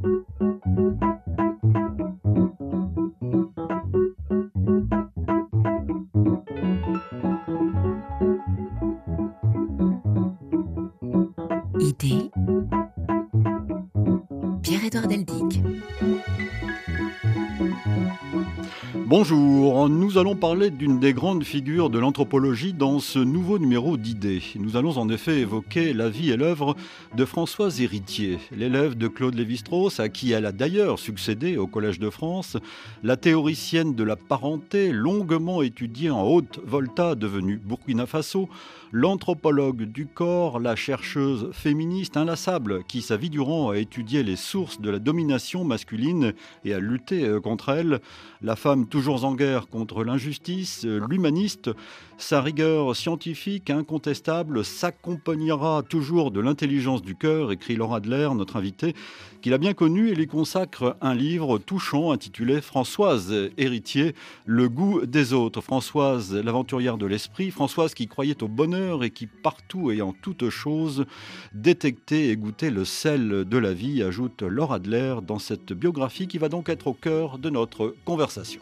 Idée, Pierre-Édouard Deldic. Bonjour, nous allons parler d'une des grandes figures de l'anthropologie dans ce nouveau numéro d'Idées. Nous allons en effet évoquer la vie et l'œuvre de Françoise Héritier, l'élève de Claude Lévi-Strauss, à qui elle a d'ailleurs succédé au Collège de France, la théoricienne de la parenté, longuement étudiée en Haute-Volta, devenue Burkina Faso, l'anthropologue du corps, la chercheuse féministe inlassable qui, sa vie durant, a étudié les sources de la domination masculine et a lutté contre elle, la femme toujours en guerre contre l'injustice, l'humaniste, sa rigueur scientifique incontestable s'accompagnera toujours de l'intelligence du cœur, écrit Laura Adler, notre invitée, qu'il a bien connue et lui consacre un livre touchant intitulé Françoise Héritier, le goût des autres. Françoise, l'aventurière de l'esprit, Françoise qui croyait au bonheur et qui partout et en toute chose détectait et goûtait le sel de la vie, ajoute Laura Adler dans cette biographie qui va donc être au cœur de notre conversation.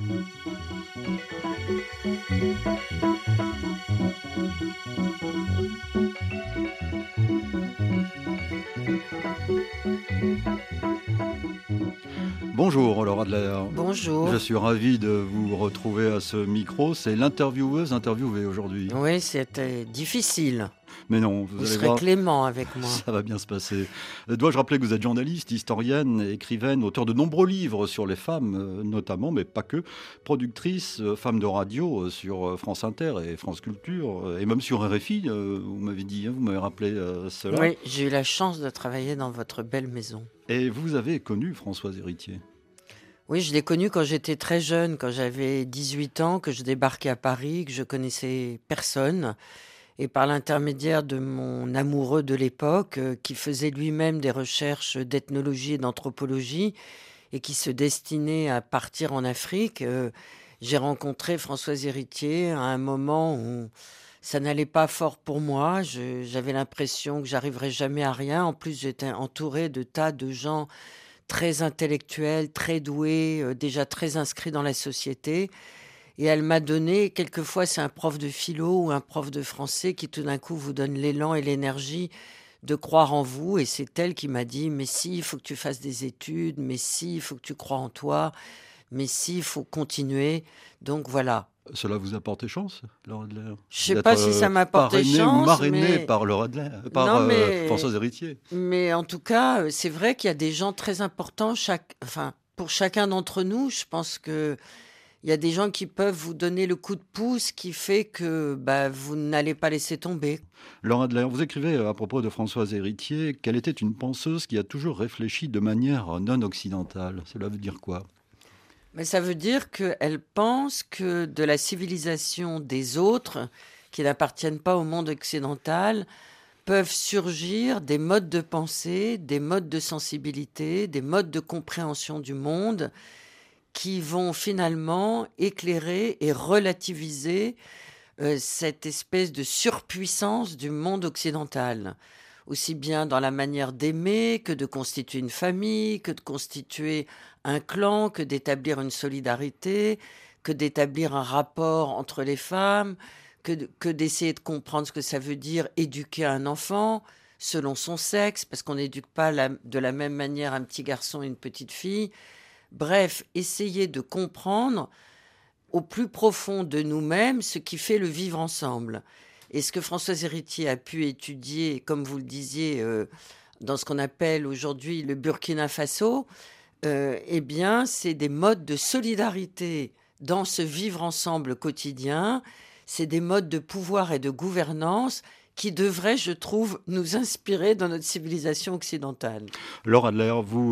Bonjour Laura Adler. Bonjour. Je suis ravi de vous retrouver à ce micro. C'est l'intervieweuse interviewée aujourd'hui. Oui, c'était difficile. Mais non, Vous allez serez voir, clément avec moi. ça va bien se passer. Dois-je rappeler que vous êtes journaliste, historienne, écrivaine, auteur de nombreux livres sur les femmes notamment, mais pas que, productrice, femme de radio sur France Inter et France Culture, et même sur RFI, vous m'avez dit, vous m'avez rappelé cela. Oui, j'ai eu la chance de travailler dans votre belle maison. Et vous avez connu Françoise Héritier. Oui, je l'ai connue quand j'étais très jeune, quand j'avais 18 ans, que je débarquais à Paris, que je connaissais personne. Et par l'intermédiaire de mon amoureux de l'époque, qui faisait lui-même des recherches d'ethnologie et d'anthropologie, et qui se destinait à partir en Afrique, j'ai rencontré Françoise Héritier à un moment où ça n'allait pas fort pour moi. J'avais l'impression que j'arriverais jamais à rien. En plus, j'étais entourée de tas de gens très intellectuels, très doués, déjà très inscrits dans la société. Et elle m'a donné, quelquefois c'est un prof de philo ou un prof de français qui tout d'un coup vous donne l'élan et l'énergie de croire en vous. Et c'est elle qui m'a dit, mais si, il faut que tu fasses des études, mais si, il faut que tu crois en toi, mais si, il faut continuer. Donc voilà. Cela vous a porté chance, Laura Adler? Je sais pas si ça m'a porté parrainé chance, ou marrainé mais... par Laura Adler, Non, mais... Françoise Héritier. Mais en tout cas, c'est vrai qu'il y a des gens très importants, pour chacun d'entre nous. Je pense que il y a des gens qui peuvent vous donner le coup de pouce qui fait que vous n'allez pas laisser tomber. Laura Adler, vous écrivez à propos de Françoise Héritier qu'elle était une penseuse qui a toujours réfléchi de manière non occidentale. Cela veut dire quoi? Mais ça veut dire qu'elle pense que de la civilisation des autres, qui n'appartiennent pas au monde occidental, peuvent surgir des modes de pensée, des modes de sensibilité, des modes de compréhension du monde qui vont finalement éclairer et relativiser cette espèce de surpuissance du monde occidental, aussi bien dans la manière d'aimer que de constituer une famille, que de constituer un clan, que d'établir une solidarité, que d'établir un rapport entre les femmes, que d'essayer de comprendre ce que ça veut dire éduquer un enfant selon son sexe, parce qu'on n'éduque pas de la même manière un petit garçon et une petite fille. Bref, essayer de comprendre au plus profond de nous-mêmes ce qui fait le vivre ensemble. Et ce que Françoise Héritier a pu étudier, comme vous le disiez, dans ce qu'on appelle aujourd'hui le Burkina Faso, eh bien, c'est des modes de solidarité dans ce vivre ensemble quotidien. C'est des modes de pouvoir et de gouvernance qui devrait, je trouve, nous inspirer dans notre civilisation occidentale. Laura Adler,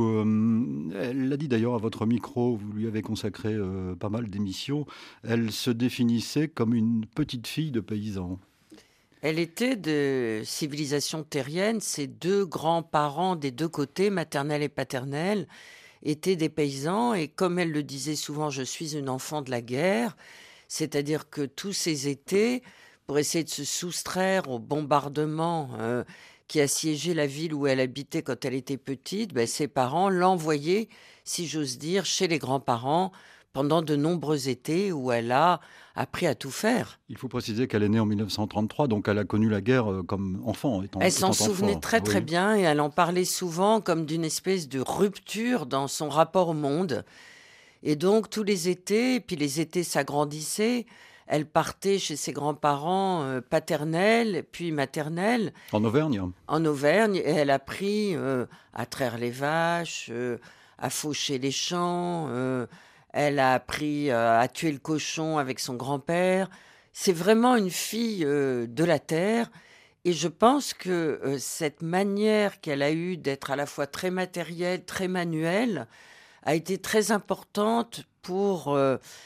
elle l'a dit d'ailleurs à votre micro, vous lui avez consacré pas mal d'émissions, elle se définissait comme une petite fille de paysan. Elle était de civilisation terrienne. Ses deux grands-parents des deux côtés, maternels et paternels, étaient des paysans. Et comme elle le disait souvent, je suis une enfant de la guerre. C'est-à-dire que tous ces étés, pour essayer de se soustraire aux bombardements qui assiégeait la ville où elle habitait quand elle était petite, ben, ses parents l'envoyaient, si j'ose dire, chez les grands-parents pendant de nombreux étés où elle a appris à tout faire. Il faut préciser qu'elle est née en 1933, donc elle a connu la guerre comme enfant, Elle s'en étant souvenait enfant. très très Oui. bien et elle en parlait souvent comme d'une espèce de rupture dans son rapport au monde. Et donc tous les étés, puis les étés s'agrandissaient, elle partait chez ses grands-parents paternels, puis maternels, En Auvergne. en Auvergne, et elle a appris à traire les vaches, à faucher les champs, elle a appris à tuer le cochon avec son grand-père. C'est vraiment une fille de la terre. Et je pense que cette manière qu'elle a eue d'être à la fois très matérielle, très manuelle, a été très importante pour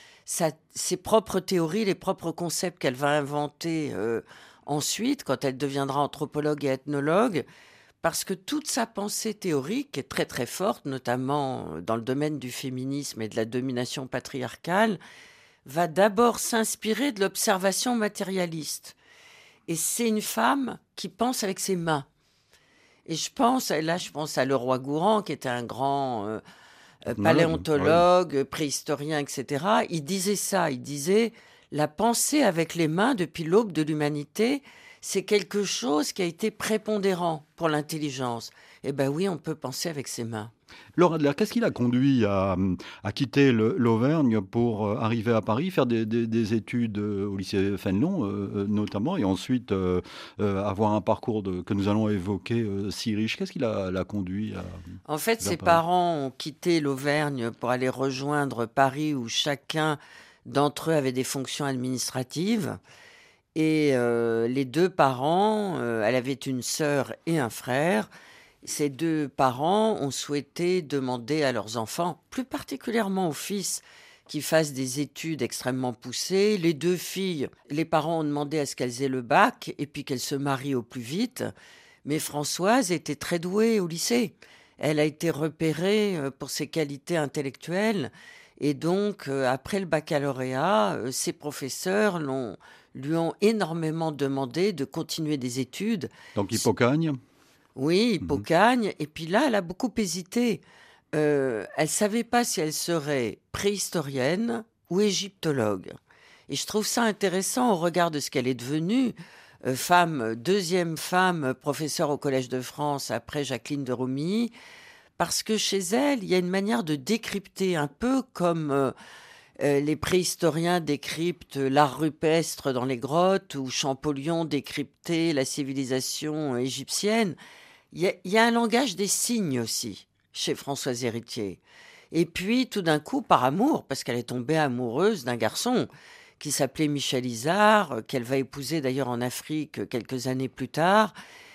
ses propres théories, les propres concepts qu'elle va inventer ensuite, quand elle deviendra anthropologue et ethnologue, parce que toute sa pensée théorique est très très forte, notamment dans le domaine du féminisme et de la domination patriarcale, va d'abord s'inspirer de l'observation matérialiste. Et c'est une femme qui pense avec ses mains. Et je pense à Leroi-Gourhan, qui était un grand paléontologue, préhistorien, etc. Il disait ça, il disait la pensée avec les mains depuis l'aube de l'humanité, c'est quelque chose qui a été prépondérant pour l'intelligence. Eh bien oui, on peut penser avec ses mains. Laure Adler, qu'est-ce qui l'a conduit à quitter l'Auvergne pour arriver à Paris, faire des études au lycée Fénelon notamment, et ensuite avoir un parcours que nous allons évoquer si riche? Qu'est-ce qui l'a conduit En fait, vers ses Paris? parents ont quitté l'Auvergne pour aller rejoindre Paris, où chacun d'entre eux avait des fonctions administratives. Et les deux parents, elle avait une sœur et un frère. Ces deux parents ont souhaité demander à leurs enfants, plus particulièrement aux fils, qu'ils fassent des études extrêmement poussées. Les deux filles, les parents ont demandé à ce qu'elles aient le bac et puis qu'elles se marient au plus vite. Mais Françoise était très douée au lycée. Elle a été repérée pour ses qualités intellectuelles. Et donc, après le baccalauréat, ses professeurs lui ont énormément demandé de continuer des études. Donc Hippocagne. Oui, Mhm. Hippocagne. Et puis là, elle a beaucoup hésité. Elle ne savait pas si elle serait préhistorienne ou égyptologue. Et je trouve ça intéressant au regard de ce qu'elle est devenue. Deuxième femme professeure au Collège de France après Jacqueline de Romilly, parce que chez elle, il y a une manière de décrypter, un peu comme les préhistoriens décryptent l'art rupestre dans les grottes, ou Champollion décryptait la civilisation égyptienne. Il y a un langage des signes aussi, chez Françoise Héritier. Et puis, tout d'un coup, par amour, parce qu'elle est tombée amoureuse d'un garçon qui s'appelait Michel Isard, qu'elle va épouser d'ailleurs en Afrique quelques années plus tard.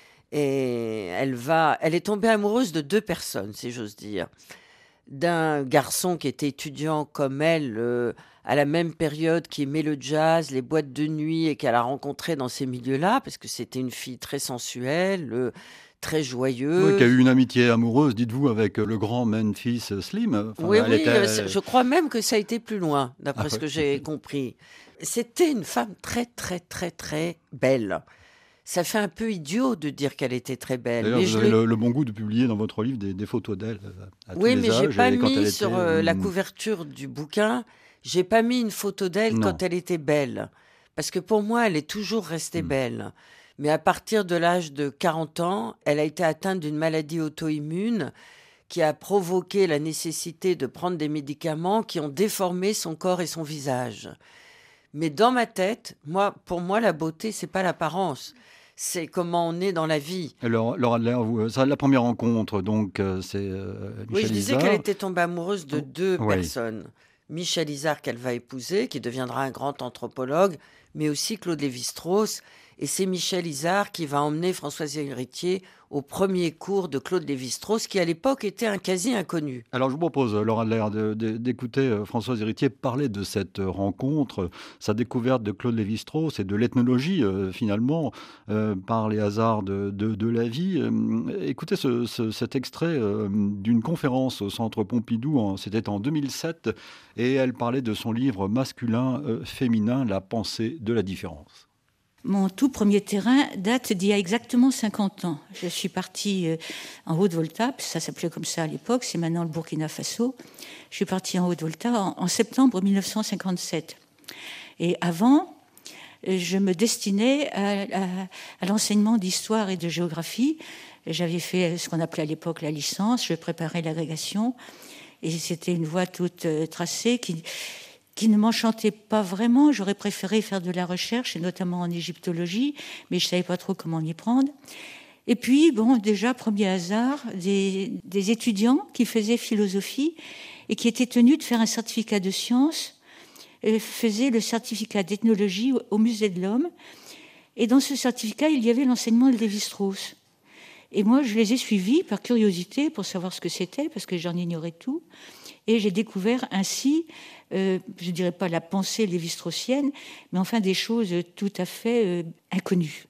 Et elle est tombée amoureuse de deux personnes, si j'ose dire. D'un garçon qui était étudiant comme elle, à la même période, qui aimait le jazz, les boîtes de nuit, et qu'elle a rencontré dans ces milieux-là, parce que c'était une fille très sensuelle, très Oui, joyeuse. qui a eu une amitié amoureuse, dites-vous, avec le grand Memphis Slim. Enfin, Oui, elle oui, était... je crois même que ça a été plus loin, d'après Ah ce oui. que j'ai compris. C'était une femme très, très, très, très belle. Ça fait un peu idiot de dire qu'elle était très belle. D'ailleurs, Mais vous je avez le... le bon goût de publier dans votre livre des photos d'elle à tous Oui, les mais j'ai âges. pas Et quand elle mis était... sur la couverture du bouquin, j'ai pas mis une photo d'elle Non. quand elle était belle. Parce que pour moi, elle est toujours restée Hmm. belle. Mais à partir de l'âge de 40 ans, elle a été atteinte d'une maladie auto-immune qui a provoqué la nécessité de prendre des médicaments qui ont déformé son corps et son visage. Mais dans ma tête, pour moi, la beauté, c'est pas l'apparence. C'est comment on est dans la vie. Alors, Laure Adler, ça, la première rencontre, donc, c'est Oui, je Michel disais qu'elle Isard. était tombée amoureuse de deux Oui. personnes. Michel Isard, qu'elle va épouser, qui deviendra un grand anthropologue, mais aussi Claude Lévi-Strauss. Et c'est Michel Isard qui va emmener Françoise Héritier au premier cours de Claude Lévi-Strauss, qui à l'époque était un quasi-inconnu. Alors, je vous propose, Laure Adler, d'écouter Françoise Héritier parler de cette rencontre, sa découverte de Claude Lévi-Strauss et de l'ethnologie, finalement, par les hasards de la vie. Écoutez cet extrait d'une conférence au Centre Pompidou, c'était en 2007, et elle parlait de son livre masculin-féminin, La pensée de la différence. Mon tout premier terrain date d'il y a exactement 50 ans. Je suis partie en Haute-Volta, ça s'appelait comme ça à l'époque, c'est maintenant le Burkina Faso. Je suis partie en Haute-Volta en septembre 1957. Et avant, je me destinais à l'enseignement d'histoire et de géographie. J'avais fait ce qu'on appelait à l'époque la licence, je préparais l'agrégation, et c'était une voie toute tracée qui ne m'enchantait pas vraiment. J'aurais préféré faire de la recherche, et notamment en égyptologie, mais je ne savais pas trop comment m'y prendre. Et puis, déjà, premier hasard, des étudiants qui faisaient philosophie et qui étaient tenus de faire un certificat de sciences, faisaient le certificat d'ethnologie au Musée de l'Homme. Et dans ce certificat, il y avait l'enseignement de Lévi-Strauss. Et moi, je les ai suivis par curiosité pour savoir ce que c'était, parce que j'en ignorais tout. Et j'ai découvert ainsi, je ne dirais pas la pensée lévi-straussienne, mais enfin des choses tout à fait inconnues,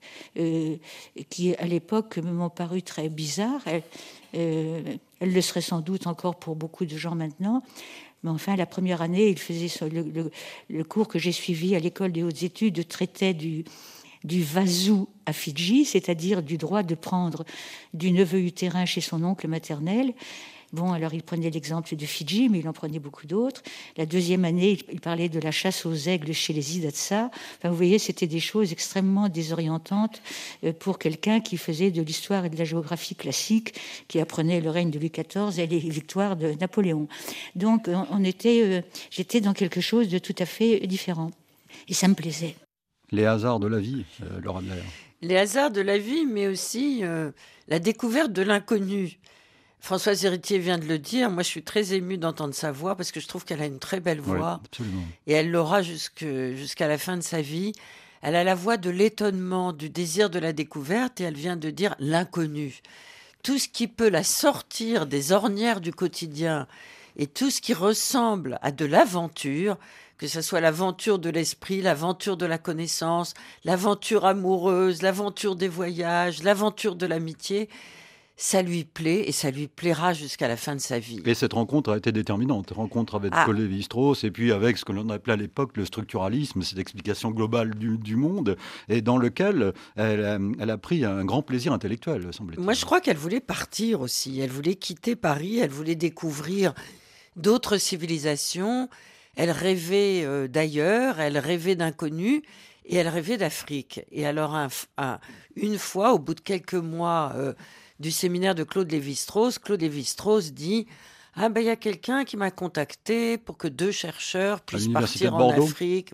qui à l'époque m'ont paru très bizarres. Elles le seraient sans doute encore pour beaucoup de gens maintenant. Mais enfin, la première année, il faisait le cours que j'ai suivi à l'école des hautes études traitait du vazou à Fidji, c'est-à-dire du droit de prendre du neveu utérin chez son oncle maternel. Alors il prenait l'exemple de Fidji, mais il en prenait beaucoup d'autres. La deuxième année, il parlait de la chasse aux aigles chez les Hidatsa. Vous voyez, c'était des choses extrêmement désorientantes pour quelqu'un qui faisait de l'histoire et de la géographie classique, qui apprenait le règne de Louis XIV et les victoires de Napoléon. Donc j'étais dans quelque chose de tout à fait différent. Et ça me plaisait. Les hasards de la vie, Laura Adler. Les hasards de la vie, mais aussi la découverte de l'inconnu. Françoise Héritier vient de le dire. Moi, je suis très émue d'entendre sa voix parce que je trouve qu'elle a une très belle voix. Oui, absolument. Et elle l'aura jusqu'à la fin de sa vie. Elle a la voix de l'étonnement, du désir de la découverte, et elle vient de dire l'inconnu. Tout ce qui peut la sortir des ornières du quotidien et tout ce qui ressemble à de l'aventure, que ce soit l'aventure de l'esprit, l'aventure de la connaissance, l'aventure amoureuse, l'aventure des voyages, l'aventure de l'amitié, ça lui plaît et ça lui plaira jusqu'à la fin de sa vie. Et cette rencontre a été déterminante. Rencontre avec Claude Lévi-Strauss et puis avec ce que l'on appelait à l'époque le structuralisme, cette explication globale du monde, et dans lequel elle a pris un grand plaisir intellectuel, semble-t-il. Moi, je crois qu'elle voulait partir aussi. Elle voulait quitter Paris, elle voulait découvrir d'autres civilisations. Elle rêvait d'ailleurs, elle rêvait d'inconnu et elle rêvait d'Afrique. Et alors, une fois, au bout de quelques mois du séminaire de Claude Lévi-Strauss dit « Ah ben, il y a quelqu'un qui m'a contacté pour que 2 chercheurs puissent partir en Afrique,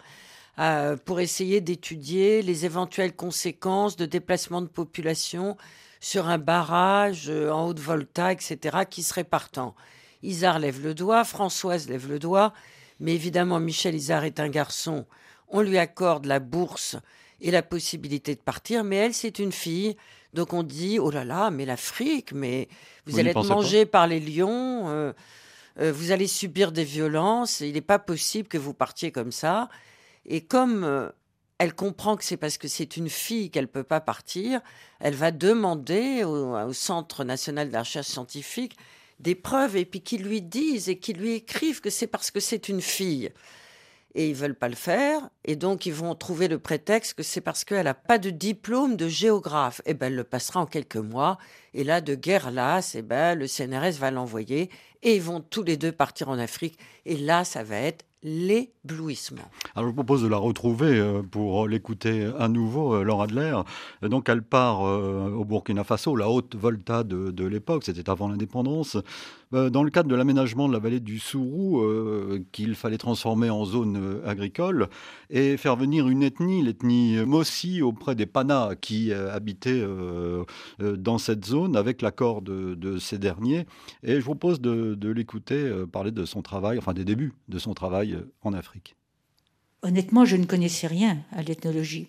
pour essayer d'étudier les éventuelles conséquences de déplacement de population sur un barrage en Haute-Volta, etc., qui serait partant. » Isard lève le doigt, Françoise lève le doigt, mais évidemment, Michel Isard est un garçon. On lui accorde la bourse et la possibilité de partir, mais elle, c'est une fille. Donc on dit, oh là là, mais l'Afrique, mais vous allez être mangé par les lions, vous allez subir des violences, il n'est pas possible que vous partiez comme ça. Et comme elle comprend que c'est parce que c'est une fille qu'elle ne peut pas partir, elle va demander au Centre national de la recherche scientifique des preuves et puis qu'ils lui disent et qu'ils lui écrivent que c'est parce que c'est une fille. Et ils ne veulent pas le faire, et donc ils vont trouver le prétexte que c'est parce qu'elle n'a pas de diplôme de géographe. Eh bien, elle le passera en quelques mois, et là, de guerre lasse, le CNRS va l'envoyer, et ils vont tous les 2 partir en Afrique, et là, ça va être l'éblouissement. Alors, je vous propose de la retrouver pour l'écouter à nouveau, Laura Adler. Donc, elle part au Burkina Faso, la Haute-Volta de l'époque, c'était avant l'indépendance, dans le cadre de l'aménagement de la vallée du Sourou, qu'il fallait transformer en zone agricole et faire venir une ethnie, l'ethnie Mossi, auprès des Pana qui habitaient dans cette zone avec l'accord de ces derniers. Et je vous propose de l'écouter parler de son travail, enfin des débuts de son travail en Afrique. Honnêtement, je ne connaissais rien à l'ethnologie.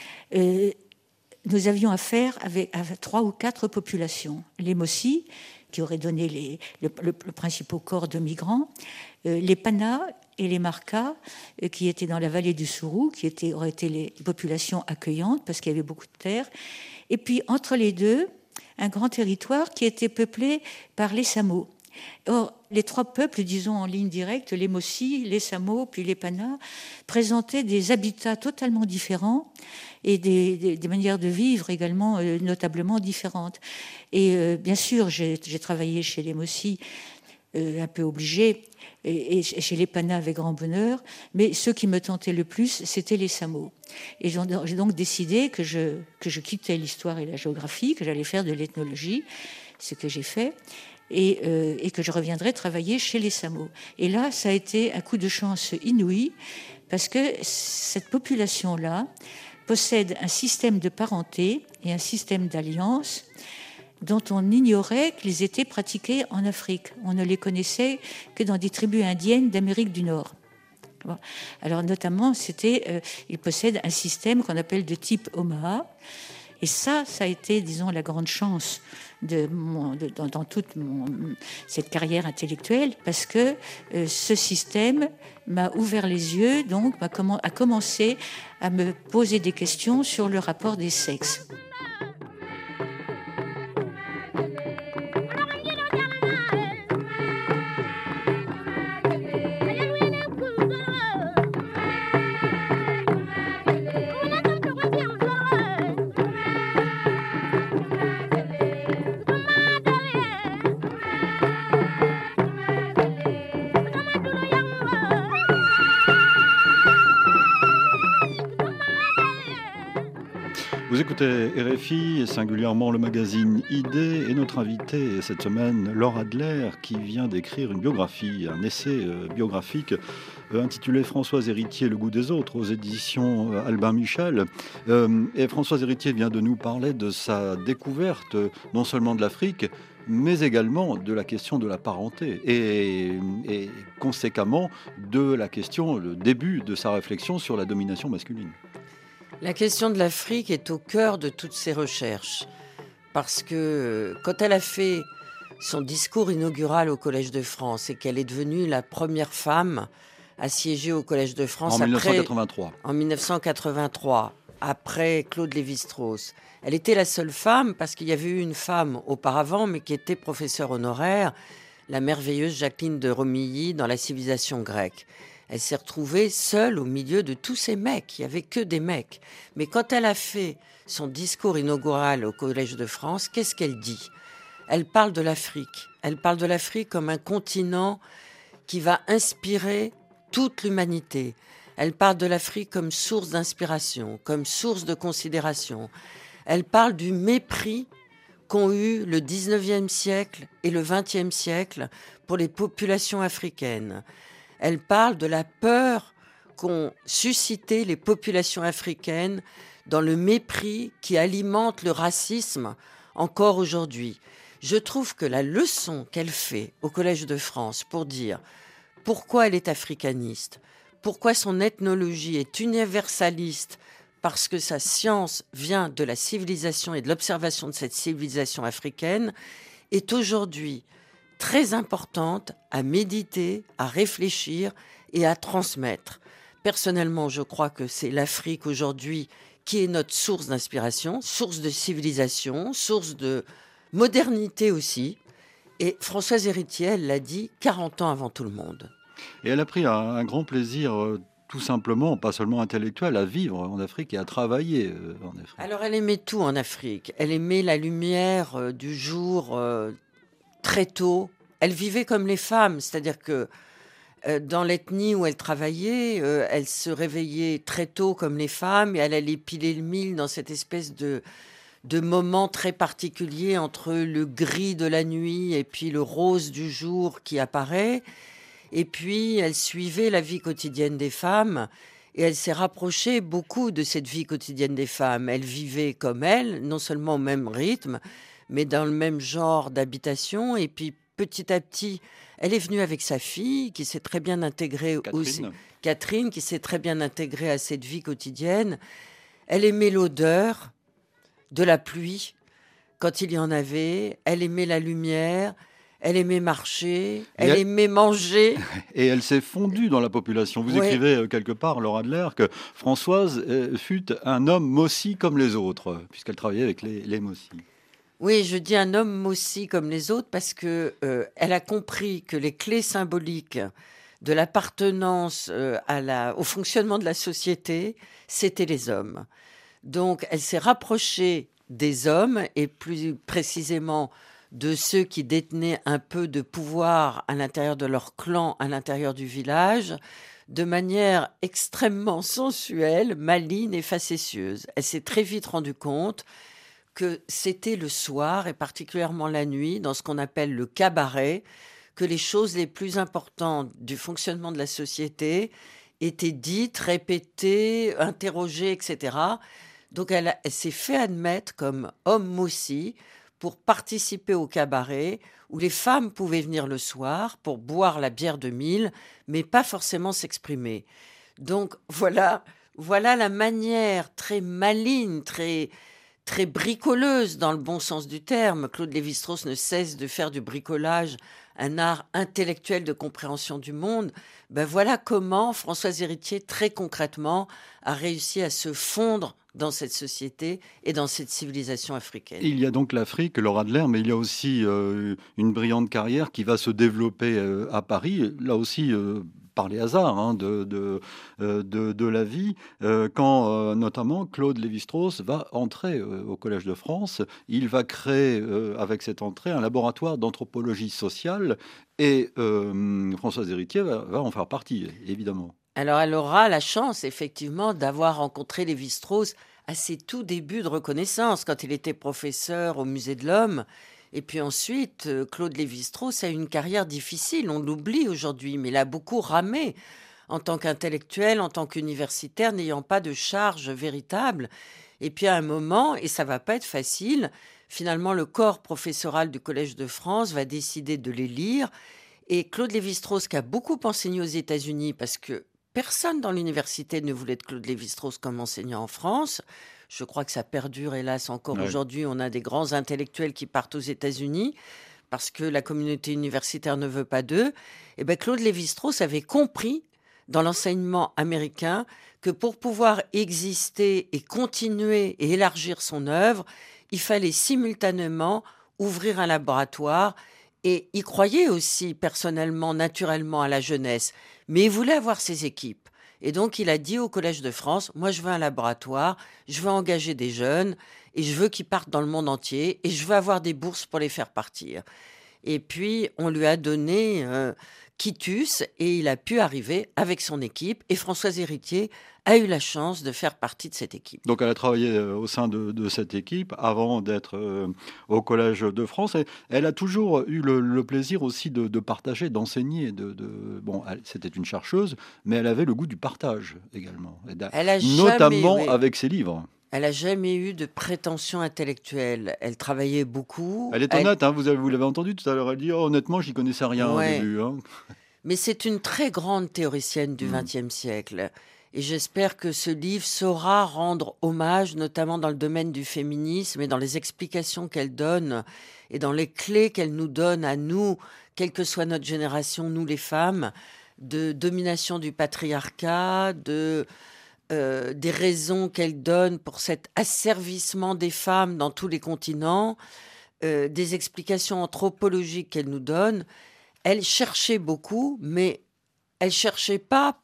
Nous avions affaire à 3 ou 4 populations. Les Mossi, qui auraient donné le principal corps de migrants, les Pana et les Marca, qui étaient dans la vallée du Sourou, qui auraient été les populations accueillantes, parce qu'il y avait beaucoup de terre. Et puis, entre les deux, un grand territoire qui était peuplé par les Samo. Or, les trois peuples, disons en ligne directe, les Mossi, les Samo, puis les Pana, présentaient des habitats totalement différents et des manières de vivre également notablement différentes. Et bien sûr, j'ai travaillé chez les Mossi, un peu obligé, et chez les Pana avec grand bonheur, mais ceux qui me tentaient le plus, c'était les Samo. Et j'ai donc décidé que je quittais l'histoire et la géographie, que j'allais faire de l'ethnologie, ce que j'ai fait, et que je reviendrais travailler chez les Samo. Et là, ça a été un coup de chance inouï, parce que cette population-là possède un système de parenté et un système d'alliance dont on ignorait qu'ils étaient pratiqués en Afrique. On ne les connaissait que dans des tribus indiennes d'Amérique du Nord. Bon. Alors notamment, ils possèdent un système qu'on appelle de type Omaha. Et ça a été, disons, la grande chance dans toute cette carrière intellectuelle, parce que ce système m'a ouvert les yeux, donc a commencé à me poser des questions sur le rapport des sexes. Vous écoutez RFI et singulièrement le magazine ID, et notre invitée cette semaine, Laure Adler, qui vient d'écrire une biographie, un essai biographique intitulé Françoise Héritier, le goût des autres, aux éditions Albin Michel. Et Françoise Héritier vient de nous parler de sa découverte non seulement de l'Afrique, mais également de la question de la parenté et conséquemment de la question, le début de sa réflexion sur la domination masculine. La question de l'Afrique est au cœur de toutes ces recherches, parce que quand elle a fait son discours inaugural au Collège de France et qu'elle est devenue la première femme à siéger au Collège de France en 1983, après Claude Lévi-Strauss. Elle était la seule femme, parce qu'il y avait eu une femme auparavant, mais qui était professeure honoraire, la merveilleuse Jacqueline de Romilly dans La civilisation grecque. Elle s'est retrouvée seule au milieu de tous ces mecs. Il n'y avait que des mecs. Mais quand elle a fait son discours inaugural au Collège de France, qu'est-ce qu'elle dit ? Elle parle de l'Afrique. Elle parle de l'Afrique comme un continent qui va inspirer toute l'humanité. Elle parle de l'Afrique comme source d'inspiration, comme source de considération. Elle parle du mépris qu'ont eu le 19e siècle et le 20e siècle pour les populations africaines. Elle parle de la peur qu'ont suscité les populations africaines dans le mépris qui alimente le racisme encore aujourd'hui. Je trouve que la leçon qu'elle fait au Collège de France pour dire pourquoi elle est africaniste, pourquoi son ethnologie est universaliste, parce que sa science vient de la civilisation et de l'observation de cette civilisation africaine, est aujourd'hui très importante à méditer, à réfléchir et à transmettre. Personnellement, je crois que c'est l'Afrique aujourd'hui qui est notre source d'inspiration, source de civilisation, source de modernité aussi. Et Françoise Héritier, elle l'a dit 40 ans avant tout le monde. Et elle a pris un grand plaisir, tout simplement, pas seulement intellectuel, à vivre en Afrique et à travailler en Afrique. Alors elle aimait tout en Afrique. Elle aimait la lumière du jour très tôt. Elle vivait comme les femmes, c'est-à-dire que dans l'ethnie où elle travaillait, elle se réveillait très tôt comme les femmes et elle allait piler le mil dans cette espèce de moment très particulier entre le gris de la nuit et puis le rose du jour qui apparaît. Et puis elle suivait la vie quotidienne des femmes et elle s'est rapprochée beaucoup de cette vie quotidienne des femmes. Elle vivait comme elles, non seulement au même rythme, mais dans le même genre d'habitation. Et puis, petit à petit, elle est venue avec sa fille, qui s'est très bien intégrée Catherine, qui s'est très bien intégrée à cette vie quotidienne. Elle aimait l'odeur de la pluie, quand il y en avait. Elle aimait la lumière. Elle aimait marcher, elle aimait manger. Et elle s'est fondue dans la population. Vous écrivez quelque part, Laure Adler, que Françoise fut un homme Mossi comme les autres, puisqu'elle travaillait avec les Mossi. Oui, je dis un homme aussi comme les autres parce que elle a compris que les clés symboliques de l'appartenance au fonctionnement de la société, c'était les hommes. Donc, elle s'est rapprochée des hommes et plus précisément de ceux qui détenaient un peu de pouvoir à l'intérieur de leur clan, à l'intérieur du village, de manière extrêmement sensuelle, maligne et facétieuse. Elle s'est très vite rendue compte que c'était le soir et particulièrement la nuit, dans ce qu'on appelle le cabaret, que les choses les plus importantes du fonctionnement de la société étaient dites, répétées, interrogées, etc. Donc elle s'est fait admettre comme homme aussi pour participer au cabaret où les femmes pouvaient venir le soir pour boire la bière de mille, mais pas forcément s'exprimer. Donc voilà la manière très maligne, très bricoleuse dans le bon sens du terme. Claude Lévi-Strauss ne cesse de faire du bricolage un art intellectuel de compréhension du monde. Ben voilà comment Françoise Héritier, très concrètement, a réussi à se fondre dans cette société et dans cette civilisation africaine. Il y a donc l'Afrique, Laura Adler, mais il y a aussi une brillante carrière qui va se développer à Paris, là aussi par les hasards de la vie, quand notamment Claude Lévi-Strauss va entrer au Collège de France. Il va créer avec cette entrée un laboratoire d'anthropologie sociale et Françoise Héritier va en faire partie, évidemment. Alors, elle aura la chance, effectivement, d'avoir rencontré Lévi-Strauss à ses tout débuts de reconnaissance, quand il était professeur au Musée de l'Homme. Et puis ensuite, Claude Lévi-Strauss a eu une carrière difficile, on l'oublie aujourd'hui, mais il a beaucoup ramé en tant qu'intellectuel, en tant qu'universitaire, n'ayant pas de charge véritable. Et puis à un moment, et ça va pas être facile, finalement, le corps professoral du Collège de France va décider de les lire. Et Claude Lévi-Strauss, qui a beaucoup enseigné aux États-Unis, parce que personne dans l'université ne voulait de Claude Lévi-Strauss comme enseignant en France. Je crois que ça perdure, hélas, encore aujourd'hui. On a des grands intellectuels qui partent aux États-Unis parce que la communauté universitaire ne veut pas d'eux. Et bien, Claude Lévi-Strauss avait compris dans l'enseignement américain que pour pouvoir exister et continuer et élargir son œuvre, il fallait simultanément ouvrir un laboratoire. Et il croyait aussi personnellement, naturellement à la jeunesse, mais il voulait avoir ses équipes. Et donc il a dit au Collège de France, moi je veux un laboratoire, je veux engager des jeunes, et je veux qu'ils partent dans le monde entier, et je veux avoir des bourses pour les faire partir. Et puis on lui a donné quitus, et il a pu arriver avec son équipe, et Françoise Héritier a eu la chance de faire partie de cette équipe. Donc elle a travaillé au sein de cette équipe avant d'être au Collège de France. Et elle a toujours eu le plaisir aussi de partager, d'enseigner. Bon, c'était une chercheuse, mais elle avait le goût du partage également. Notamment avec ses livres. Elle n'a jamais eu de prétention intellectuelle. Elle travaillait beaucoup. Elle est honnête, hein, vous l'avez entendu tout à l'heure. Elle dit honnêtement, j'y connaissais rien au début. Hein. Mais c'est une très grande théoricienne du XXe siècle. Et j'espère que ce livre saura rendre hommage, notamment dans le domaine du féminisme et dans les explications qu'elle donne et dans les clés qu'elle nous donne à nous, quelle que soit notre génération, nous les femmes, de domination du patriarcat, des raisons qu'elle donne pour cet asservissement des femmes dans tous les continents, des explications anthropologiques qu'elle nous donne. Elle cherchait beaucoup, mais elle cherchait pas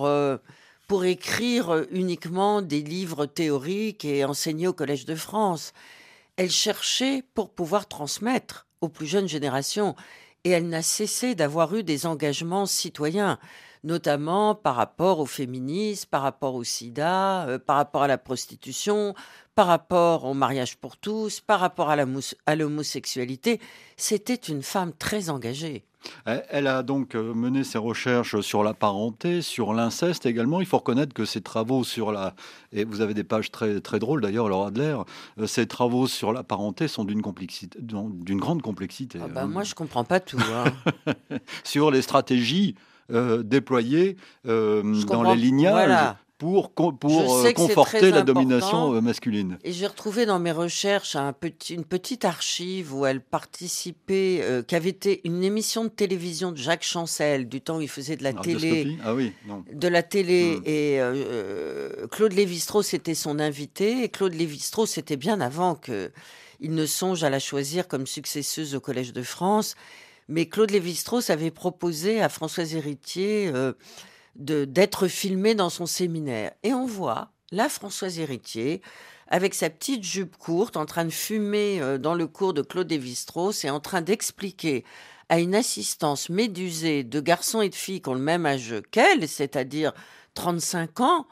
pour écrire uniquement des livres théoriques et enseigner au Collège de France. Elle cherchait pour pouvoir transmettre aux plus jeunes générations. Et elle n'a cessé d'avoir eu des engagements citoyens, notamment par rapport au féminisme, par rapport au sida, par rapport à la prostitution, par rapport au mariage pour tous, par rapport à l'homosexualité. C'était une femme très engagée. Elle a donc mené ses recherches sur la parenté, sur l'inceste également. Il faut reconnaître que ses travaux et vous avez des pages très, très drôles d'ailleurs, Laura Adler, ses travaux sur la parenté sont d'une grande complexité. Ah bah, moi, je ne comprends pas tout. Hein. Sur les stratégies déployées dans les lignages. Voilà. Pour conforter la domination masculine. Et j'ai retrouvé dans mes recherches une petite archive où elle participait, qui avait été une émission de télévision de Jacques Chancel, du temps où il faisait de la télé. Ah oui, non. De la télé. Et Claude Lévi-Strauss était son invité. Et Claude Lévi-Strauss, c'était bien avant que... il ne songe à la choisir comme successeuse au Collège de France. Mais Claude Lévi-Strauss avait proposé à Françoise Héritier d'être filmée dans son séminaire. Et on voit la Françoise Héritier avec sa petite jupe courte en train de fumer dans le cours de Claude Lévi-Strauss et en train d'expliquer à une assistance médusée de garçons et de filles qui ont le même âge qu'elle, c'est-à-dire 35 ans,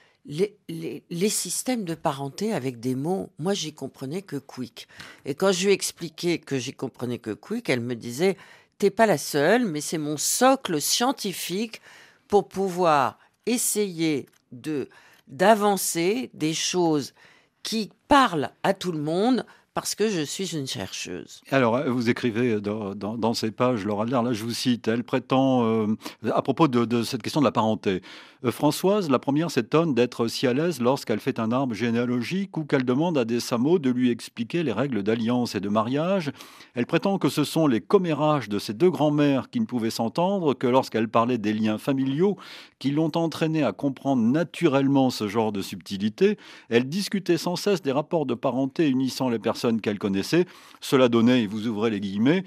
les systèmes de parenté avec des mots, moi j'y comprenais que quick. Et quand je lui ai expliqué que j'y comprenais que quick, elle me disait « T'es pas la seule, mais c'est mon socle scientifique pour pouvoir essayer d'avancer des choses qui parlent à tout le monde parce que je suis une chercheuse. » Alors, vous écrivez dans ces pages, Laure Adler, là je vous cite, elle prétend, à propos de cette question de la parenté, Françoise, la première, s'étonne d'être si à l'aise lorsqu'elle fait un arbre généalogique ou qu'elle demande à des Samo de lui expliquer les règles d'alliance et de mariage. Elle prétend que ce sont les commérages de ses deux grands-mères qui ne pouvaient s'entendre que lorsqu'elle parlait des liens familiaux qui l'ont entraînée à comprendre naturellement ce genre de subtilité. Elle discutait sans cesse des rapports de parenté unissant les personnes qu'elle connaissait. Cela donnait, et vous ouvrez les guillemets,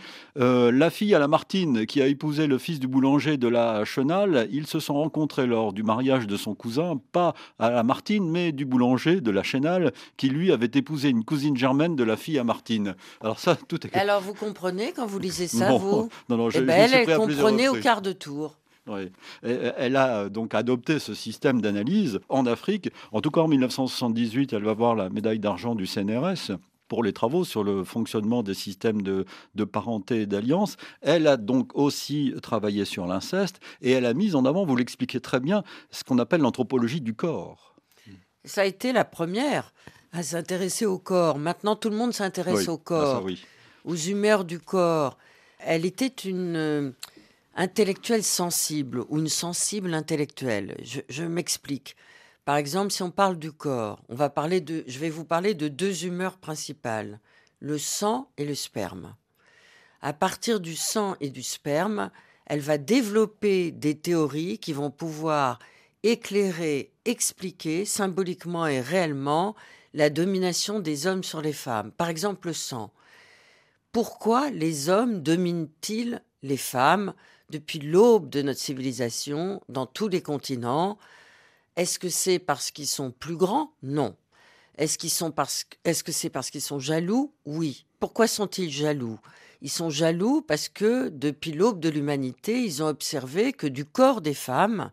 la fille à la Martine qui a épousé le fils du boulanger de la Chenal, ils se sont rencontrés lors du mariage de son cousin, pas à la Martine, mais du boulanger de la Chenal, qui lui avait épousé une cousine germaine de la fille à Martine. Alors ça, tout est... Alors vous comprenez quand vous lisez ça, Non, vous non, elle comprenait au quart de tour. Oui. Elle a donc adopté ce système d'analyse en Afrique. En tout cas, en 1978, elle va avoir la médaille d'argent du CNRS pour les travaux sur le fonctionnement des systèmes de parenté et d'alliance. Elle a donc aussi travaillé sur l'inceste et elle a mis en avant, vous l'expliquez très bien, ce qu'on appelle l'anthropologie du corps. Ça a été la première à s'intéresser au corps. Maintenant, tout le monde s'intéresse au corps, aux humeurs du corps. Elle était une intellectuelle sensible ou une sensible intellectuelle. Je m'explique. Par exemple, si on parle du corps, je vais vous parler de deux humeurs principales, le sang et le sperme. À partir du sang et du sperme, elle va développer des théories qui vont pouvoir éclairer, expliquer symboliquement et réellement la domination des hommes sur les femmes. Par exemple, le sang. Pourquoi les hommes dominent-ils les femmes depuis l'aube de notre civilisation dans tous les continents ? Est-ce que c'est parce qu'ils sont plus grands ? Non. Est-ce que c'est parce qu'ils sont jaloux ? Oui. Pourquoi sont-ils jaloux ? Ils sont jaloux parce que depuis l'aube de l'humanité, ils ont observé que du corps des femmes,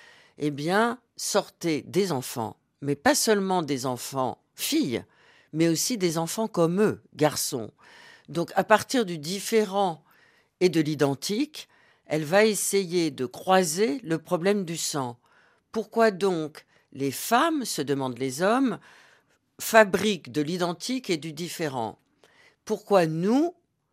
sortaient des enfants, mais pas seulement des enfants filles, mais aussi des enfants comme eux, garçons. Donc à partir du différent et de l'identique, elle va essayer de croiser le problème du sang. Pourquoi donc les femmes, se demandent les hommes, fabriquent de l'identique et du différent ? Pourquoi nous,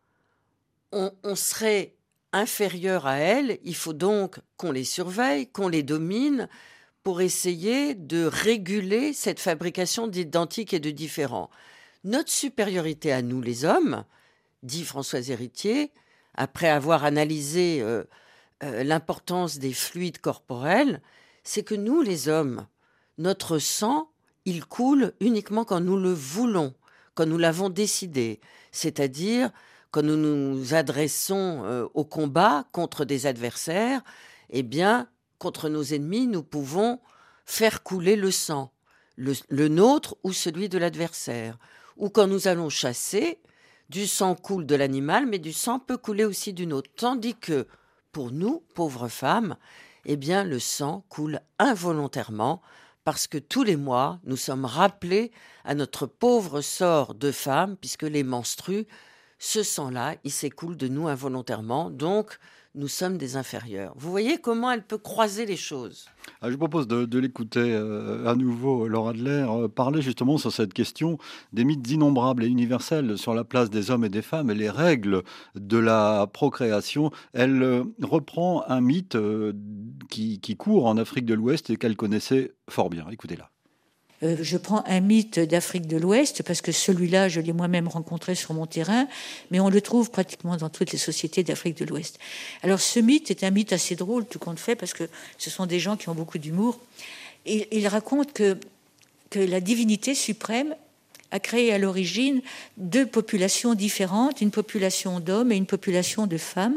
on serait inférieurs à elles ? Il faut donc qu'on les surveille, qu'on les domine pour essayer de réguler cette fabrication d'identique et de différent. Notre supériorité à nous, les hommes, dit Françoise Héritier, après avoir analysé l'importance des fluides corporels, c'est que nous, les hommes, notre sang, il coule uniquement quand nous le voulons, quand nous l'avons décidé. C'est-à-dire quand nous nous adressons au combat contre des adversaires, contre nos ennemis, nous pouvons faire couler le sang, le nôtre ou celui de l'adversaire. Ou quand nous allons chasser, du sang coule de l'animal, mais du sang peut couler aussi du nôtre. Tandis que, pour nous, pauvres femmes, le sang coule involontairement parce que tous les mois, nous sommes rappelés à notre pauvre sort de femme, puisque les menstrues, ce sang-là, il s'écoule de nous involontairement, donc nous sommes des inférieurs. Vous voyez comment elle peut croiser les choses. Je vous propose de l'écouter à nouveau, Laure Adler, parler justement sur cette question des mythes innombrables et universels sur la place des hommes et des femmes et les règles de la procréation. Elle reprend un mythe qui court en Afrique de l'Ouest et qu'elle connaissait fort bien. Écoutez-la. Je prends un mythe d'Afrique de l'Ouest parce que celui-là, je l'ai moi-même rencontré sur mon terrain, mais on le trouve pratiquement dans toutes les sociétés d'Afrique de l'Ouest. Alors ce mythe est un mythe assez drôle, tout compte fait, parce que ce sont des gens qui ont beaucoup d'humour. Et il raconte que la divinité suprême a créé à l'origine 2 populations différentes, une population d'hommes et une population de femmes,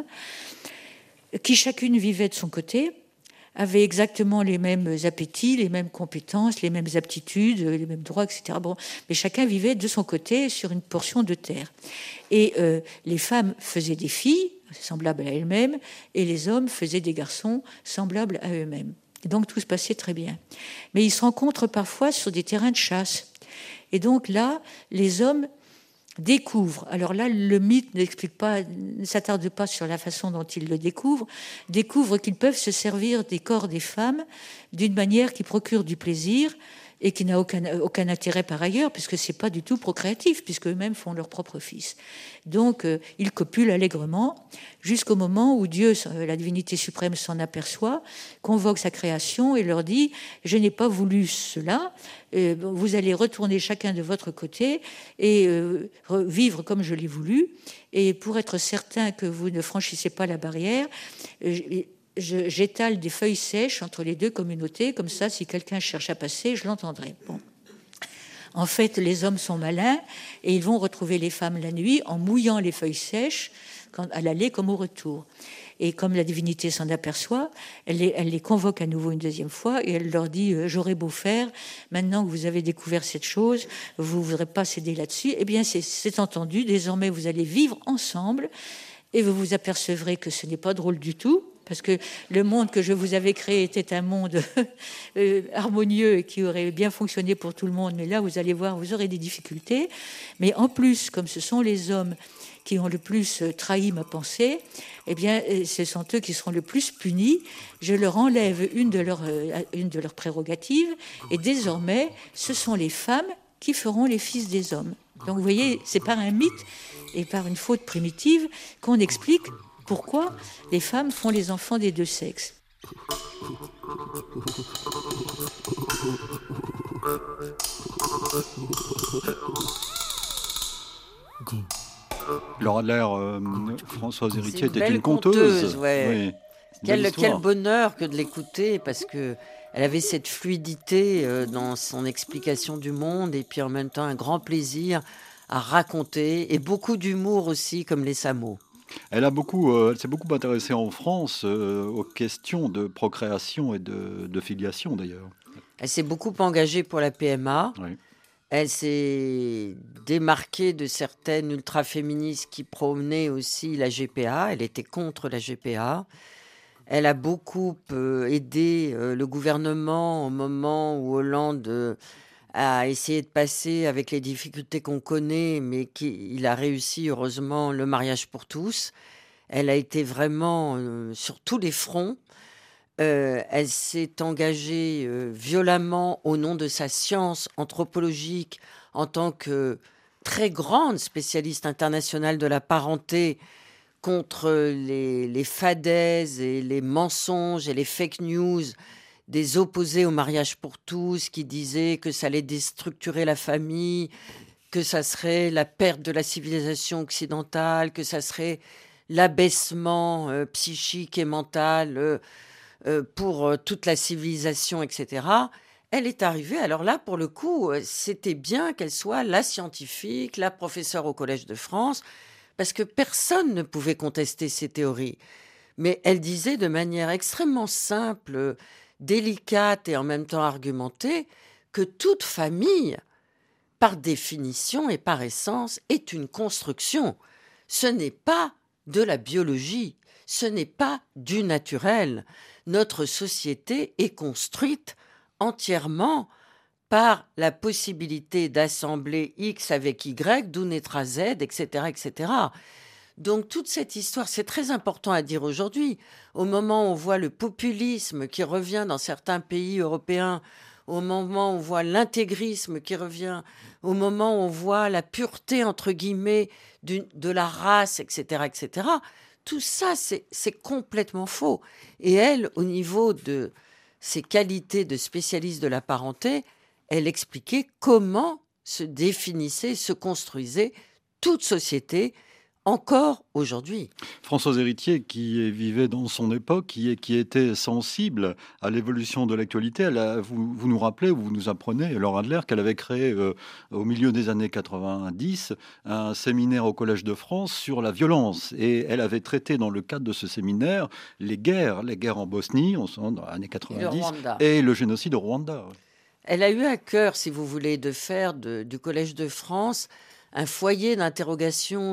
qui chacune vivait de son côté, avait exactement les mêmes appétits, les mêmes compétences, les mêmes aptitudes, les mêmes droits, etc. Bon, mais chacun vivait de son côté sur une portion de terre. Et les femmes faisaient des filles semblables à elles-mêmes, et les hommes faisaient des garçons semblables à eux-mêmes. Et donc tout se passait très bien. Mais ils se rencontrent parfois sur des terrains de chasse. Et donc là, les hommes découvrent, alors là le mythe ne s'attarde pas sur la façon dont ils le découvrent qu'ils peuvent se servir des corps des femmes d'une manière qui procure du plaisir et qui n'a aucun intérêt par ailleurs, puisque c'est pas du tout procréatif, puisque eux-mêmes font leur propre fils. Donc ils copulent allègrement jusqu'au moment où Dieu, la divinité suprême, s'en aperçoit, convoque sa création et leur dit « Je n'ai pas voulu cela, vous allez retourner chacun de votre côté et vivre comme je l'ai voulu, et pour être certain que vous ne franchissez pas la barrière, j'étale des feuilles sèches entre les 2 communautés, comme ça, si quelqu'un cherche à passer, je l'entendrai. » Bon. En fait, les hommes sont malins et ils vont retrouver les femmes la nuit en mouillant les feuilles sèches, à l'aller comme au retour. Et comme la divinité s'en aperçoit, elle les convoque à nouveau une 2e fois et elle leur dit « J'aurais beau faire, maintenant que vous avez découvert cette chose, vous ne voudrez pas céder là-dessus. Eh bien, c'est entendu, désormais vous allez vivre ensemble et vous vous apercevrez que ce n'est pas drôle du tout, parce que le monde que je vous avais créé était un monde harmonieux et qui aurait bien fonctionné pour tout le monde, mais là, vous allez voir, vous aurez des difficultés. Mais en plus, comme ce sont les hommes qui ont le plus trahi ma pensée, eh bien, ce sont eux qui seront le plus punis. Je leur enlève une de leurs prérogatives, et désormais, ce sont les femmes qui feront les fils des hommes. Donc, vous voyez, c'est par un mythe et par une faute primitive qu'on explique pourquoi les femmes font les enfants des 2 sexes. Laura Adler, Françoise Héritier était une conteuse. Ouais. Oui. Quel bonheur que de l'écouter, parce que elle avait cette fluidité dans son explication du monde, et puis en même temps un grand plaisir à raconter, et beaucoup d'humour aussi, comme les Samots. Elle s'est beaucoup intéressée en France aux questions de procréation et de filiation, d'ailleurs. Elle s'est beaucoup engagée pour la PMA. Oui. Elle s'est démarquée de certaines ultra-féministes qui prônaient aussi la GPA. Elle était contre la GPA. Elle a beaucoup aidé le gouvernement au moment où Hollande a essayé de passer, avec les difficultés qu'on connaît, mais il a réussi, heureusement, le mariage pour tous. Elle a été vraiment sur tous les fronts. Elle s'est engagée violemment au nom de sa science anthropologique en tant que très grande spécialiste internationale de la parenté contre les fadaises et les mensonges et les fake news des opposés au mariage pour tous, qui disaient que ça allait déstructurer la famille, que ça serait la perte de la civilisation occidentale, que ça serait l'abaissement psychique et mental pour toute la civilisation, etc. Elle est arrivée, alors là, pour le coup, c'était bien qu'elle soit la scientifique, la professeure au Collège de France, parce que personne ne pouvait contester ces théories. Mais elle disait de manière extrêmement simple, délicate et en même temps argumentée, que toute famille, par définition et par essence, est une construction. Ce n'est pas de la biologie, ce n'est pas du naturel. Notre société est construite entièrement par la possibilité d'assembler X avec Y, d'où naîtra Z, etc., etc. Donc toute cette histoire, c'est très important à dire aujourd'hui. Au moment où on voit le populisme qui revient dans certains pays européens, au moment où on voit l'intégrisme qui revient, au moment où on voit la pureté, entre guillemets, de la race, etc., etc., tout ça, c'est complètement faux. Et elle, au niveau de ses qualités de spécialiste de la parenté, elle expliquait comment se définissait, se construisait toute société encore aujourd'hui. Françoise Héritier, qui vivait dans son époque, qui était sensible à l'évolution de l'actualité, vous nous rappelez, vous nous apprenez, Laure Adler, qu'elle avait créé au milieu des années 90 un séminaire au Collège de France sur la violence. Et elle avait traité dans le cadre de ce séminaire les guerres en Bosnie, on sent dans les années 90, et le génocide au Rwanda. Elle a eu à cœur, si vous voulez, de faire du Collège de France un foyer d'interrogation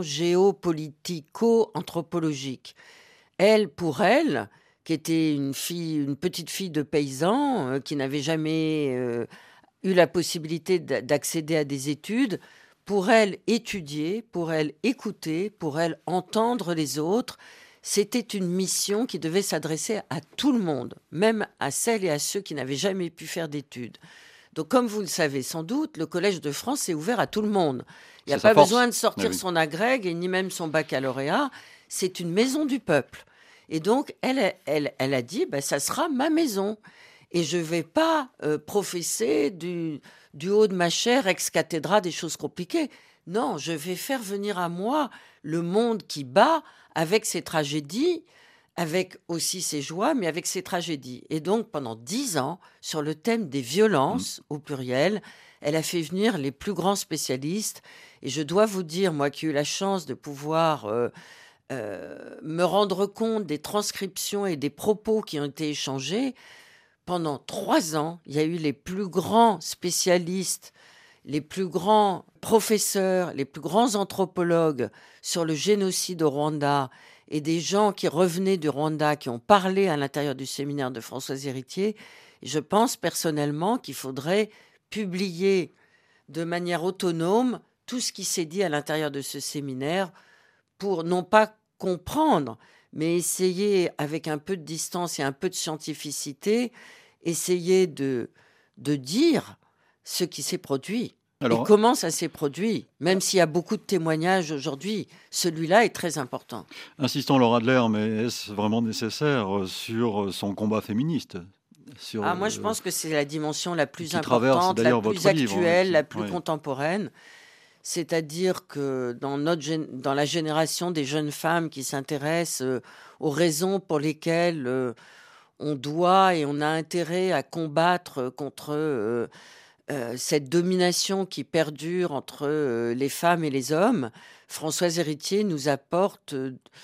géopolitico-anthropologique. Pour elle, qui était une petite fille de paysan, qui n'avait jamais eu la possibilité d'accéder à des études, pour elle étudier, pour elle écouter, pour elle entendre les autres, c'était une mission qui devait s'adresser à tout le monde, même à celles et à ceux qui n'avaient jamais pu faire d'études. Donc, comme vous le savez sans doute, le Collège de France est ouvert à tout le monde. Il n'y a pas besoin de sortir son agrègue et ni même son baccalauréat. C'est une maison du peuple. Et donc, elle a dit, ça sera ma maison. Et je ne vais pas professer du haut de ma chair, ex cathedra, des choses compliquées. Non, je vais faire venir à moi le monde qui bat avec ses tragédies, avec aussi ses joies, mais avec ses tragédies. Et donc, pendant 10 ans, sur le thème des violences, au pluriel, elle a fait venir les plus grands spécialistes. Et je dois vous dire, moi qui ai eu la chance de pouvoir me rendre compte des transcriptions et des propos qui ont été échangés, pendant 3 ans, il y a eu les plus grands spécialistes, les plus grands professeurs, les plus grands anthropologues sur le génocide au Rwanda et des gens qui revenaient du Rwanda, qui ont parlé à l'intérieur du séminaire de Françoise Héritier. Et je pense personnellement qu'il faudrait publier de manière autonome tout ce qui s'est dit à l'intérieur de ce séminaire pour non pas comprendre, mais essayer avec un peu de distance et un peu de scientificité, essayer de dire ce qui s'est produit. Alors, et comment ça s'est produit, même s'il y a beaucoup de témoignages aujourd'hui, celui-là est très important. Insistons, Laure Adler, mais est-ce vraiment nécessaire sur son combat féministe ? Moi, je pense que c'est la dimension la plus importante, la plus actuelle, la plus contemporaine. C'est-à-dire que dans la génération des jeunes femmes qui s'intéressent aux raisons pour lesquelles on doit et on a intérêt à combattre contre cette domination qui perdure entre les femmes et les hommes, Françoise Héritier nous apporte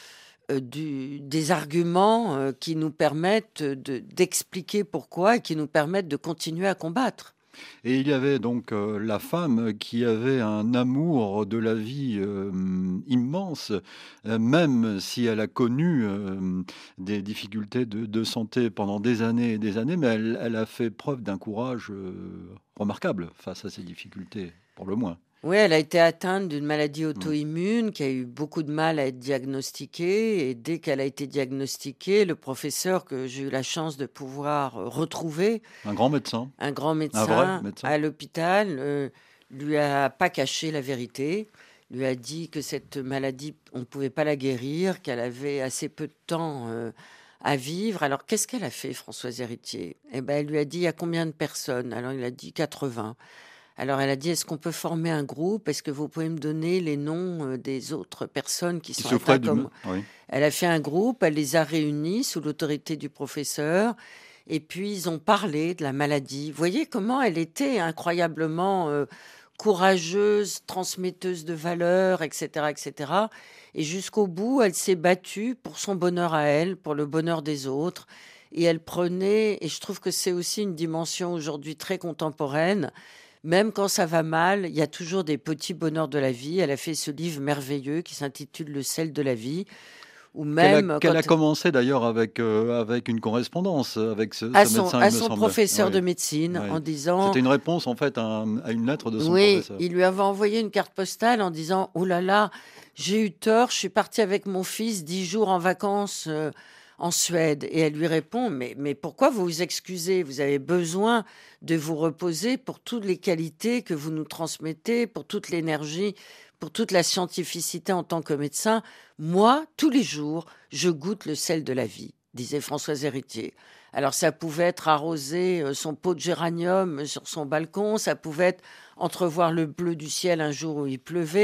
des arguments qui nous permettent d'expliquer pourquoi et qui nous permettent de continuer à combattre. Et il y avait donc la femme qui avait un amour de la vie immense, même si elle a connu des difficultés de santé pendant des années et des années, mais elle a fait preuve d'un courage remarquable face à ces difficultés, pour le moins. Oui, elle a été atteinte d'une maladie auto-immune qui a eu beaucoup de mal à être diagnostiquée. Et dès qu'elle a été diagnostiquée, le professeur que j'ai eu la chance de pouvoir retrouver, un grand médecin à l'hôpital, lui a pas caché la vérité, lui a dit que cette maladie, on ne pouvait pas la guérir, qu'elle avait assez peu de temps à vivre. Alors, qu'est-ce qu'elle a fait, Françoise Héritier ? Elle lui a dit, il y a combien de personnes ? Alors, il a dit 80. Alors, elle a dit, est-ce qu'on peut former un groupe ? Est-ce que vous pouvez me donner les noms des autres personnes qui sont atteintes comme moi ? Oui. Elle a fait un groupe, elle les a réunis sous l'autorité du professeur. Et puis, ils ont parlé de la maladie. Vous voyez comment elle était incroyablement courageuse, transmetteuse de valeurs, etc., etc. Et jusqu'au bout, elle s'est battue pour son bonheur à elle, pour le bonheur des autres. Et elle prenait, et je trouve que c'est aussi une dimension aujourd'hui très contemporaine, même quand ça va mal, il y a toujours des petits bonheurs de la vie. Elle a fait ce livre merveilleux qui s'intitule Le sel de la vie. Ou même qu'elle a commencé d'ailleurs avec une correspondance avec ce médecin, à son professeur de médecine, en disant... C'était une réponse en fait à une lettre de son professeur. Oui, il lui avait envoyé une carte postale en disant « Oh là là, j'ai eu tort, je suis partie avec mon fils 10 jours en vacances en Suède. » Et elle lui répond « Mais pourquoi vous vous excusez ? Vous avez besoin de vous reposer pour toutes les qualités que vous nous transmettez, pour toute l'énergie, pour toute la scientificité en tant que médecin. Moi, tous les jours, je goûte le sel de la vie, disait Françoise Héritier. Alors, ça pouvait être arroser son pot de géranium sur son balcon, ça pouvait être entrevoir le bleu du ciel un jour où il pleuvait,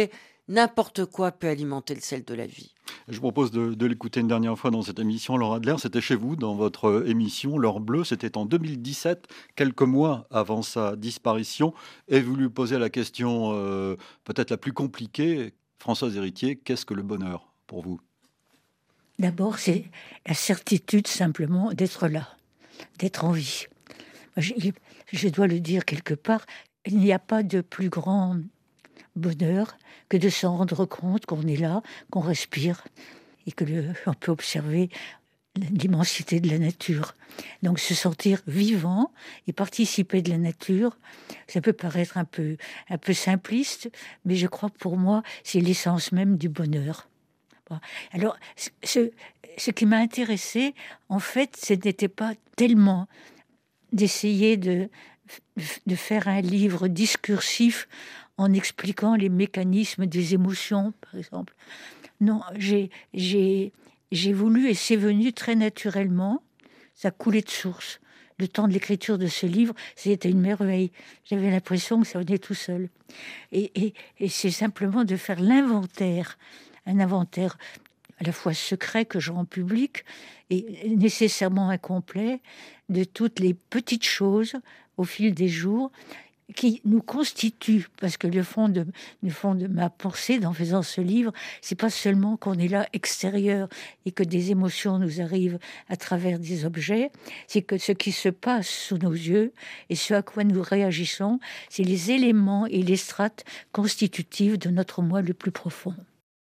n'importe quoi peut alimenter le sel de la vie. Je vous propose de l'écouter une dernière fois dans cette émission. Laure Adler, c'était chez vous, dans votre émission L'Heure Bleue. C'était en 2017, quelques mois avant sa disparition. Et vous lui posez la question peut-être la plus compliquée. Françoise Héritier, qu'est-ce que le bonheur pour vous ? D'abord, c'est la certitude simplement d'être là, d'être en vie. Je dois le dire quelque part, il n'y a pas de plus grand bonheur que de s'en rendre compte qu'on est là, qu'on respire et que on peut observer l'immensité de la nature. Donc se sentir vivant et participer de la nature, ça peut paraître un peu simpliste, mais je crois que pour moi, c'est l'essence même du bonheur. Alors, ce qui m'a intéressé, en fait, ce n'était pas tellement d'essayer de faire un livre discursif en expliquant les mécanismes des émotions, par exemple. Non, j'ai voulu, et c'est venu très naturellement, ça coulait de source. Le temps de l'écriture de ce livre, c'était une merveille. J'avais l'impression que ça venait tout seul. Et c'est simplement de faire l'inventaire, un inventaire à la fois secret que je rends public et nécessairement incomplet de toutes les petites choses au fil des jours qui nous constituent, parce que le fond de ma pensée en faisant ce livre, c'est pas seulement qu'on est là extérieur et que des émotions nous arrivent à travers des objets, c'est que ce qui se passe sous nos yeux et ce à quoi nous réagissons, c'est les éléments et les strates constitutives de notre moi le plus profond.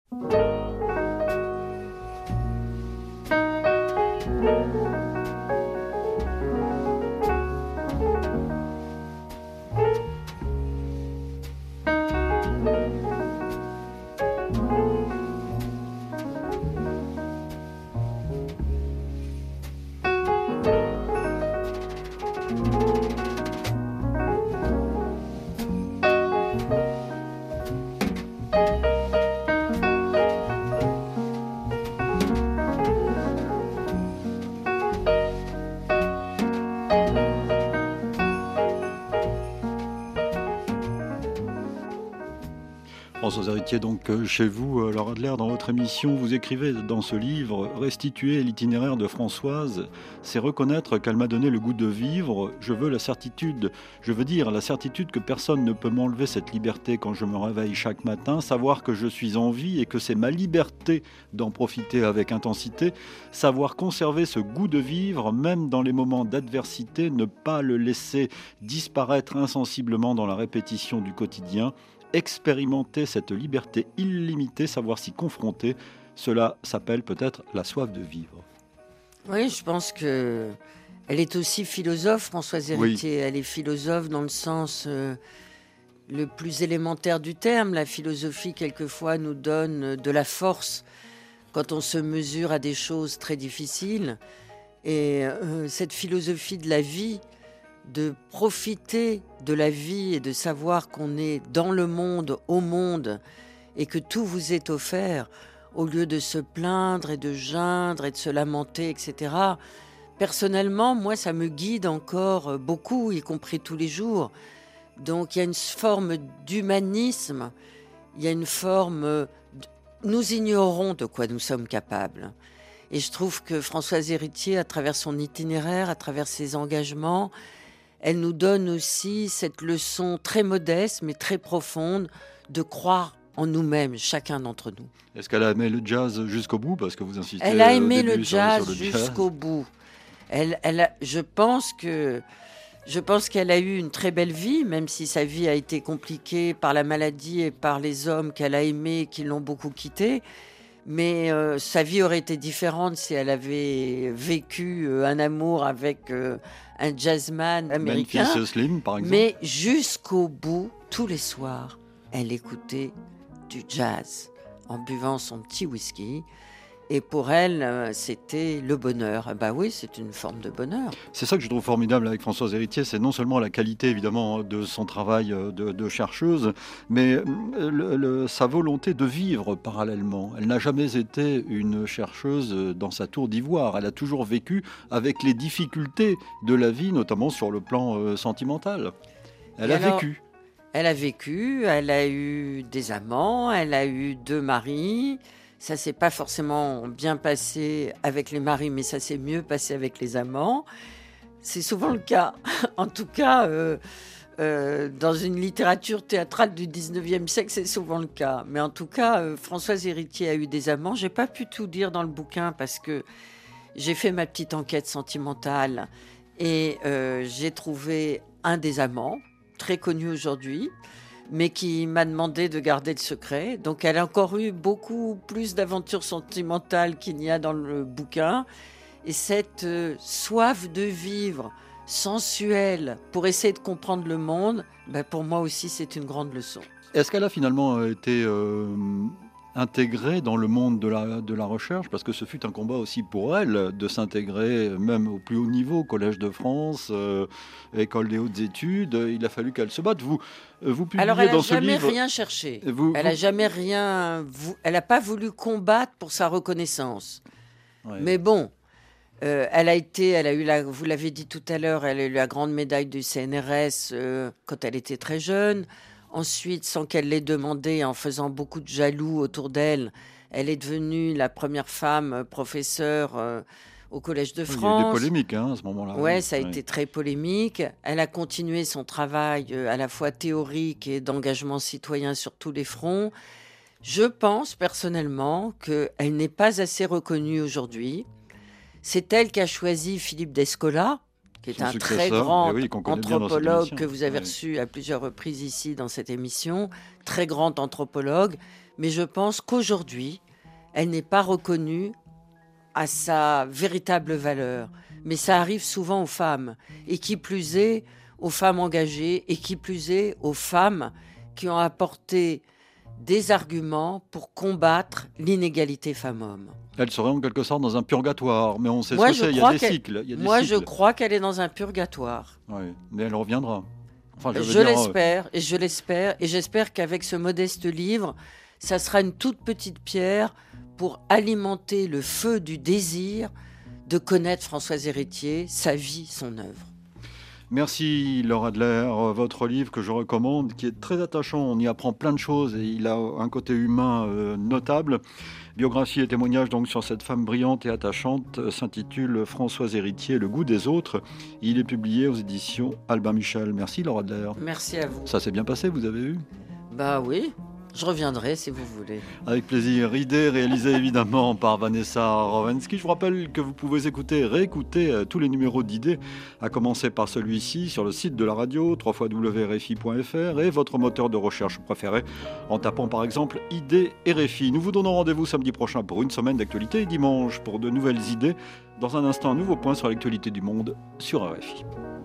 Françoise Héritier, donc chez vous, Laure Adler, dans votre émission, vous écrivez dans ce livre « Restituer l'itinéraire de Françoise, c'est reconnaître qu'elle m'a donné le goût de vivre. Je veux la certitude que personne ne peut m'enlever cette liberté quand je me réveille chaque matin, savoir que je suis en vie et que c'est ma liberté d'en profiter avec intensité, savoir conserver ce goût de vivre, même dans les moments d'adversité, ne pas le laisser disparaître insensiblement dans la répétition du quotidien. Expérimenter cette liberté illimitée, savoir s'y confronter, cela s'appelle peut-être la soif de vivre. » Oui, je pense que elle est aussi philosophe, Françoise Héritier. Oui. Elle est philosophe dans le sens le plus élémentaire du terme. La philosophie, quelquefois, nous donne de la force quand on se mesure à des choses très difficiles. Et cette philosophie de la vie, de profiter de la vie et de savoir qu'on est dans le monde, au monde, et que tout vous est offert, au lieu de se plaindre et de geindre et de se lamenter, etc. Personnellement, moi, ça me guide encore beaucoup, y compris tous les jours. Donc, il y a une forme d'humanisme, il y a une forme... Nous ignorons de quoi nous sommes capables. Et je trouve que Françoise Héritier, à travers son itinéraire, à travers ses engagements, elle nous donne aussi cette leçon très modeste, mais très profonde, de croire en nous-mêmes, chacun d'entre nous. Est-ce qu'elle a aimé le jazz jusqu'au bout ? Parce que vous insistez. Elle a aimé le jazz jazz jusqu'au bout. Je pense qu'elle a eu une très belle vie, même si sa vie a été compliquée par la maladie et par les hommes qu'elle a aimés et qui l'ont beaucoup quittée. Mais sa vie aurait été différente si elle avait vécu un amour avec un jazzman américain. Memphis Slim, par exemple. Mais jusqu'au bout, tous les soirs, elle écoutait du jazz en buvant son petit whisky. Et pour elle, c'était le bonheur. Bah oui, c'est une forme de bonheur. C'est ça que je trouve formidable avec Françoise Héritier, c'est non seulement la qualité évidemment de son travail de chercheuse, mais sa volonté de vivre parallèlement. Elle n'a jamais été une chercheuse dans sa tour d'ivoire. Elle a toujours vécu avec les difficultés de la vie, notamment sur le plan sentimental. Elle a vécu. Elle a vécu, elle a eu des amants, elle a eu 2 maris. Ça s'est pas forcément bien passé avec les maris, mais ça s'est mieux passé avec les amants. C'est souvent le cas. En tout cas, dans une littérature théâtrale du 19e siècle, c'est souvent le cas. Mais en tout cas, Françoise Héritier a eu des amants. J'ai pas pu tout dire dans le bouquin parce que j'ai fait ma petite enquête sentimentale et j'ai trouvé un des amants, très connu aujourd'hui, mais qui m'a demandé de garder le secret. Donc elle a encore eu beaucoup plus d'aventures sentimentales qu'il n'y a dans le bouquin. Et cette soif de vivre sensuelle pour essayer de comprendre le monde, pour moi aussi c'est une grande leçon. Est-ce qu'elle a finalement été intégrée dans le monde de la recherche? Parce que ce fut un combat aussi pour elle de s'intégrer même au plus haut niveau, Collège de France, École des hautes études. Il a fallu qu'elle se batte. Vous publiez Alors elle dans n'a ce jamais livre... rien cherché. Elle n'a pas voulu combattre pour sa reconnaissance. Ouais. Mais bon, elle a eu vous l'avez dit tout à l'heure, elle a eu la grande médaille du CNRS quand elle était très jeune. Ensuite, sans qu'elle l'ait demandé, en faisant beaucoup de jaloux autour d'elle, elle est devenue la première femme professeure au Collège de France. Il y a eu des polémiques à ce moment-là. Oui, ça a été très polémique. Elle a continué son travail à la fois théorique et d'engagement citoyen sur tous les fronts. Je pense personnellement qu'elle n'est pas assez reconnue aujourd'hui. C'est elle qui a choisi Philippe Descola, qui est un très grand anthropologue que vous avez reçu à plusieurs reprises ici dans cette émission, très grand anthropologue. Mais je pense qu'aujourd'hui, elle n'est pas reconnue à sa véritable valeur. Mais ça arrive souvent aux femmes, et qui plus est aux femmes engagées, et qui plus est aux femmes qui ont apporté des arguments pour combattre l'inégalité femmes-hommes. Elle serait en quelque sorte dans un purgatoire, mais on sait ce que c'est, il y a des cycles. Je crois qu'elle est dans un purgatoire. Oui, mais elle reviendra. Enfin, l'espère, et j'espère qu'avec ce modeste livre, ça sera une toute petite pierre pour alimenter le feu du désir de connaître Françoise Héritier, sa vie, son œuvre. Merci Laure Adler, votre livre que je recommande, qui est très attachant, on y apprend plein de choses et il a un côté humain notable. Biographie et témoignage donc sur cette femme brillante et attachante s'intitule Françoise Héritier, le goût des autres. Il est publié aux éditions Albin Michel. Merci Laure Adler. Merci à vous. Ça s'est bien passé, vous avez vu? Bah oui. Je reviendrai si vous voulez. Avec plaisir. Idée réalisée évidemment par Vanessa Rowensky. Je vous rappelle que vous pouvez réécouter tous les numéros d'Idées, à commencer par celui-ci sur le site de la radio, www.rfi.fr, et votre moteur de recherche préféré en tapant par exemple Idées RFI. Nous vous donnons rendez-vous samedi prochain pour une semaine d'actualité et dimanche pour de nouvelles idées. Dans un instant, un nouveau point sur l'actualité du monde sur RFI.